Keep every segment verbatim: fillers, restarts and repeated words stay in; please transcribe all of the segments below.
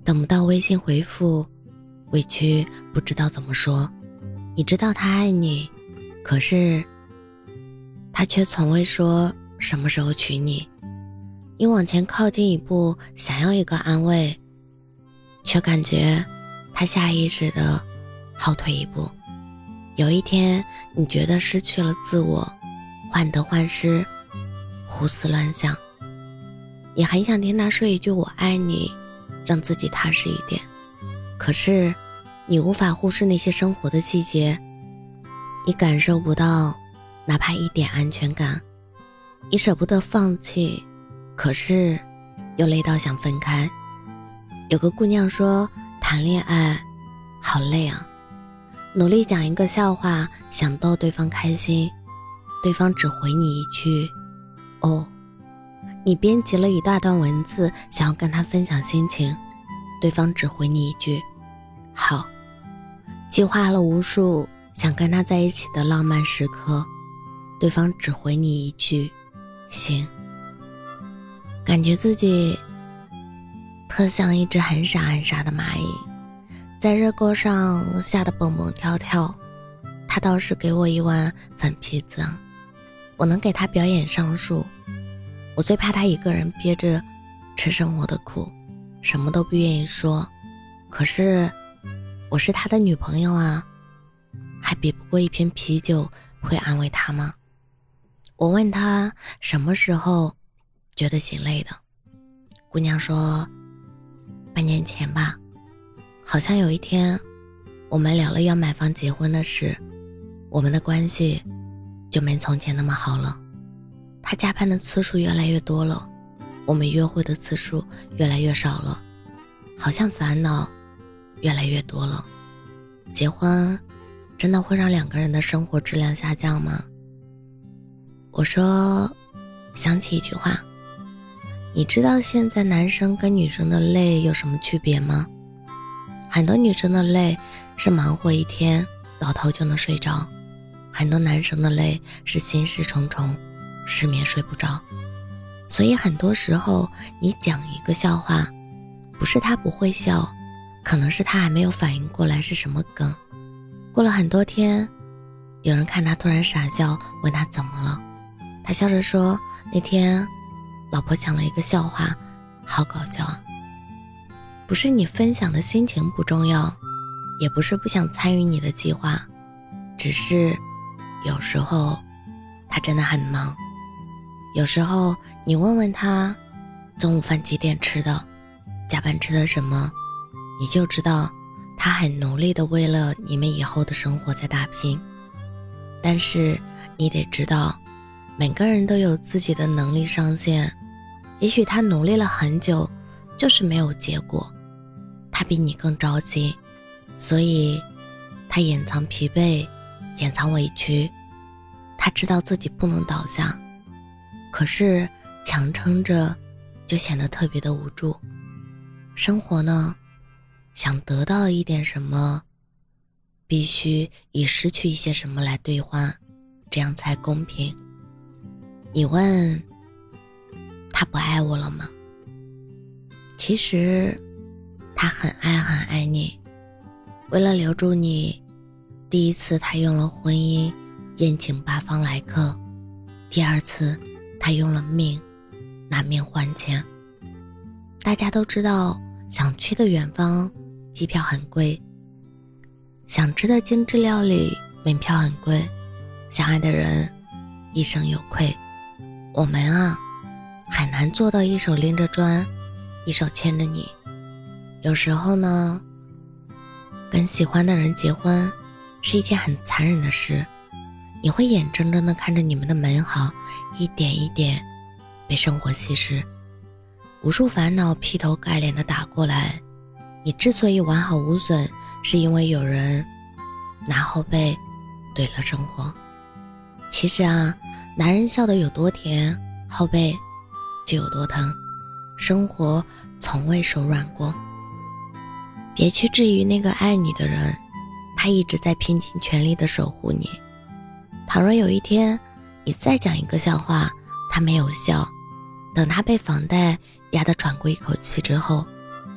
等不到微信回复，委屈不知道怎么说。你知道他爱你，可是他却从未说什么时候娶你。你往前靠近一步，想要一个安慰，却感觉他下意识地后退一步。有一天你觉得失去了自我，患得患失，胡思乱想，也很想听他说一句我爱你，让自己踏实一点。可是你无法忽视那些生活的细节，你感受不到哪怕一点安全感，你舍不得放弃，可是又累到想分开。有个姑娘说，谈恋爱好累啊，努力讲一个笑话，想逗对方开心，对方只回你一句哦。你编辑了一大段文字，想要跟他分享心情，对方只回你一句好。计划了无数想跟他在一起的浪漫时刻，对方只回你一句行。感觉自己特像一只很傻很傻的蚂蚁，在热锅上吓得蹦蹦跳跳。他倒是给我一碗粉皮子，我能给他表演上树。我最怕他一个人憋着吃生活的苦，什么都不愿意说。可是我是他的女朋友啊，还比不过一瓶啤酒会安慰他吗？我问他什么时候觉得心累的，姑娘说半年前吧。好像有一天我们聊了要买房结婚的事，我们的关系就没从前那么好了。他加班的次数越来越多了，我们约会的次数越来越少了，好像烦恼越来越多了。结婚真的会让两个人的生活质量下降吗？我说，想起一句话，你知道现在男生跟女生的累有什么区别吗？很多女生的累是忙活一天倒头就能睡着，很多男生的累是心事重重，失眠睡不着。所以很多时候你讲一个笑话，不是他不会笑，可能是他还没有反应过来是什么梗。过了很多天，有人看他突然傻笑，问他怎么了，他笑着说，那天老婆讲了一个笑话，好搞笑啊。不是你分享的心情不重要，也不是不想参与你的计划，只是有时候他真的很忙。有时候你问问他中午饭几点吃的，加班吃的什么，你就知道他很努力的为了你们以后的生活在打拼。但是你得知道，每个人都有自己的能力上限，也许他努力了很久，就是没有结果，他比你更着急，所以他掩藏疲惫，掩藏委屈，他知道自己不能倒下，可是强撑着就显得特别的无助。生活呢，想得到一点什么，必须以失去一些什么来兑换，这样才公平。你问他不爱我了吗？其实他很爱很爱你，为了留住你，第一次他用了婚姻宴请八方来客，第二次他用了命拿命换钱。大家都知道想去的远方机票很贵，想吃的精致料理门票很贵，相爱的人一生有愧。我们啊，很难做到一手拎着砖，一手牵着你。有时候呢，跟喜欢的人结婚是一件很残忍的事，你会眼睁睁地看着你们的美好一点一点被生活稀释，无数烦恼劈头盖脸地打过来。你之所以完好无损，是因为有人拿后背怼了生活。其实啊，男人笑得有多甜，后背就有多疼，生活从未手软过。别去质疑那个爱你的人，他一直在拼尽全力地守护你。倘若有一天你再讲一个笑话，他没有笑，等他被房贷压得喘过一口气之后，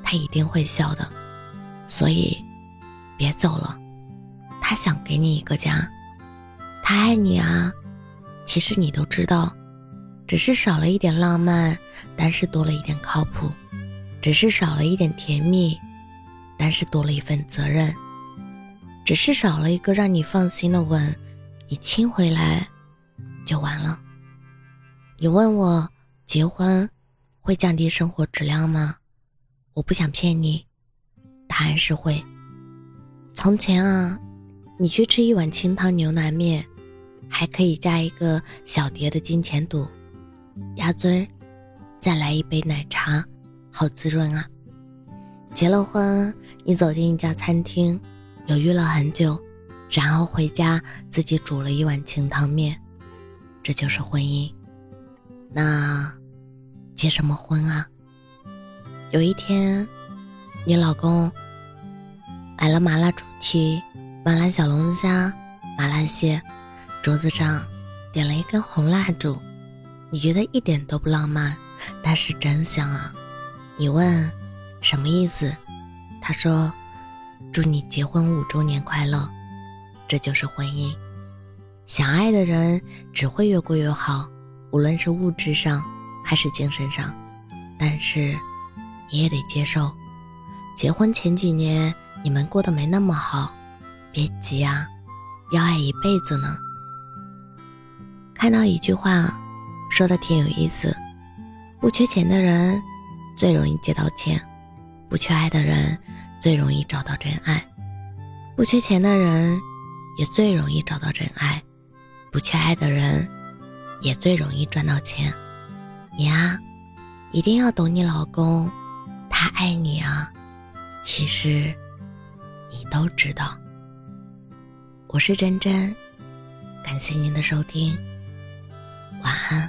他一定会笑的，所以别走了。他想给你一个家，他爱你啊，其实你都知道，只是少了一点浪漫，但是多了一点靠谱，只是少了一点甜蜜，但是多了一份责任，只是少了一个让你放心的吻，你亲回来就完了。你问我结婚会降低生活质量吗？我不想骗你，答案是会。从前啊，你去吃一碗清汤牛腩面，还可以加一个小碟的金钱肚，鸭尊，再来一杯奶茶，好滋润啊。结了婚，你走进一家餐厅，犹豫了很久，然后回家自己煮了一碗清汤面，这就是婚姻。那结什么婚啊？有一天，你老公买了麻辣猪蹄、麻辣小龙虾、麻辣蟹，桌子上点了一根红蜡烛，你觉得一点都不浪漫，但是真香啊。你问什么意思？他说祝你结婚五周年快乐。这就是婚姻。想爱的人只会越过越好，无论是物质上还是精神上，但是你也得接受，结婚前几年你们过得没那么好，别急啊，要爱一辈子呢。看到一句话说的挺有意思，不缺钱的人最容易借到钱，不缺爱的人最容易找到真爱，不缺钱的人也最容易找到真爱，不缺爱的人也最容易赚到钱。你啊，一定要懂你老公，他爱你啊，其实你都知道。我是真真，感谢您的收听，晚安。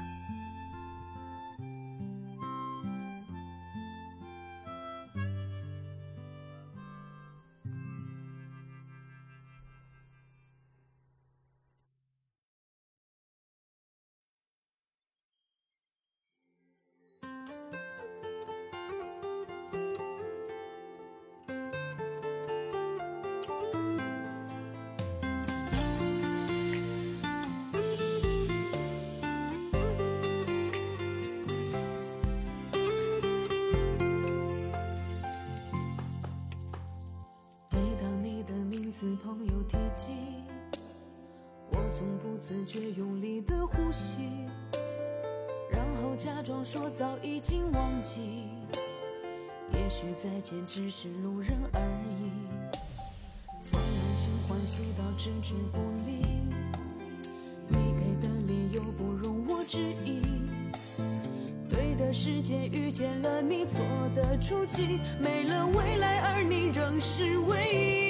朋友提及，我从不自觉用力的呼吸，然后假装说早已经忘记，也许再见只是路人而已。从满心欢喜到置之不理，你给的理由不容我质疑，对的时间遇见了你，错的出击，没了未来而你仍是唯一。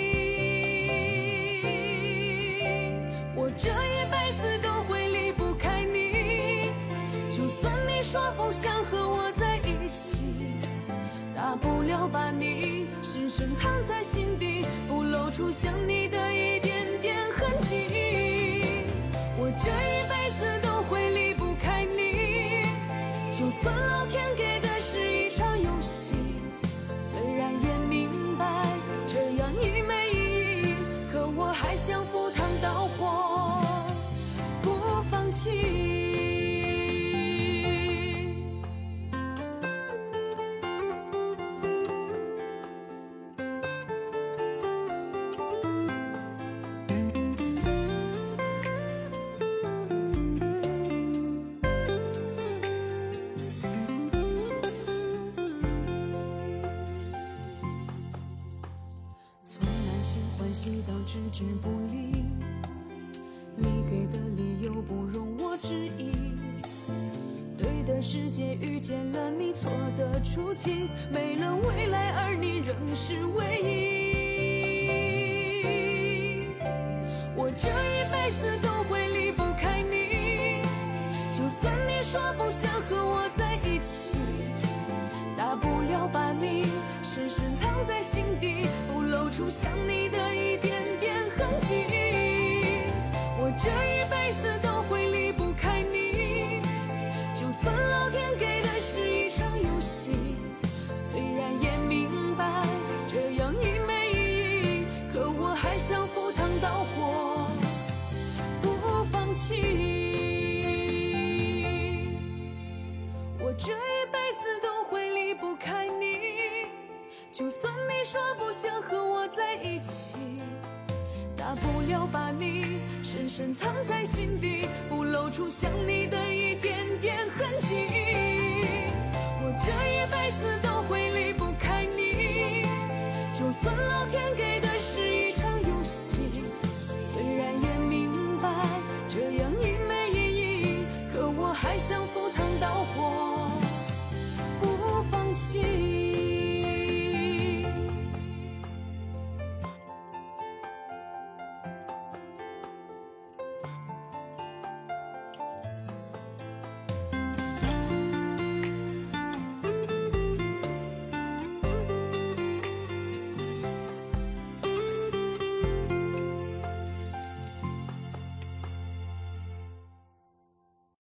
我这一辈子都会离不开你，就算你说不想和我在一起，大不了把你深深藏在心底，不露出想你的一点点痕迹。我这一辈子都会离不开你，就算老天给的是一场游戏，虽然也明白这样已没意义，可我还想赴汤蹈火不放弃。从满心欢喜到置之不理，你给的理由不容我质疑，对的时间遇见了你，错的出击，没了未来而你仍是唯一。我这一辈子都会离不开你，就算你说不想和我在一起，大不了把你深深藏在心底，不露出想你的一点点痕迹。我这一辈子都会离不开你，就算老天给的是一场游戏，虽然也明白还想赴汤蹈火，不放弃。我这一辈子都会离不开你，就算你说不想和我在一起，大不了把你深深藏在心底，不露出想你的一点点痕迹。我这一辈子都会离不开你，就算老天给的是一场游戏，虽然也明白这样已没意义，可我还想赴汤蹈火，不放弃。